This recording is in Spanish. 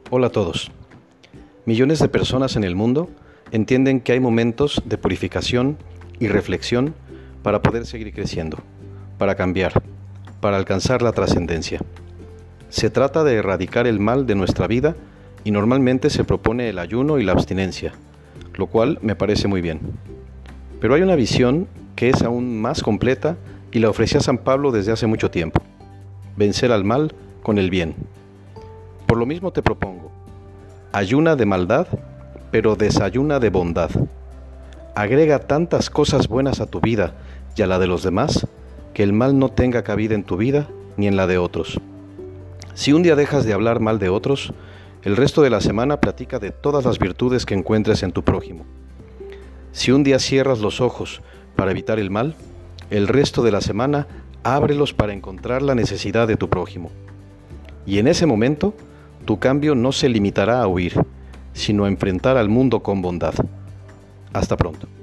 Hola a todos. Millones de personas en el mundo entienden que hay momentos de purificación y reflexión para poder seguir creciendo, para cambiar, para alcanzar la trascendencia. Se trata de erradicar el mal de nuestra vida y normalmente se propone el ayuno y la abstinencia, lo cual me parece muy bien. Pero hay una visión que es aún más completa y la ofrecía San Pablo desde hace mucho tiempo: vencer al mal con el bien. Por lo mismo te propongo: ayuna de maldad, pero desayuna de bondad. Agrega tantas cosas buenas a tu vida y a la de los demás, que el mal no tenga cabida en tu vida ni en la de otros. Si un día dejas de hablar mal de otros, el resto de la semana platica de todas las virtudes que encuentres en tu prójimo. Si un día cierras los ojos para evitar el mal, el resto de la semana ábrelos para encontrar la necesidad de tu prójimo. Y en ese momento, tu cambio no se limitará a huir, sino a enfrentar al mundo con bondad. Hasta pronto.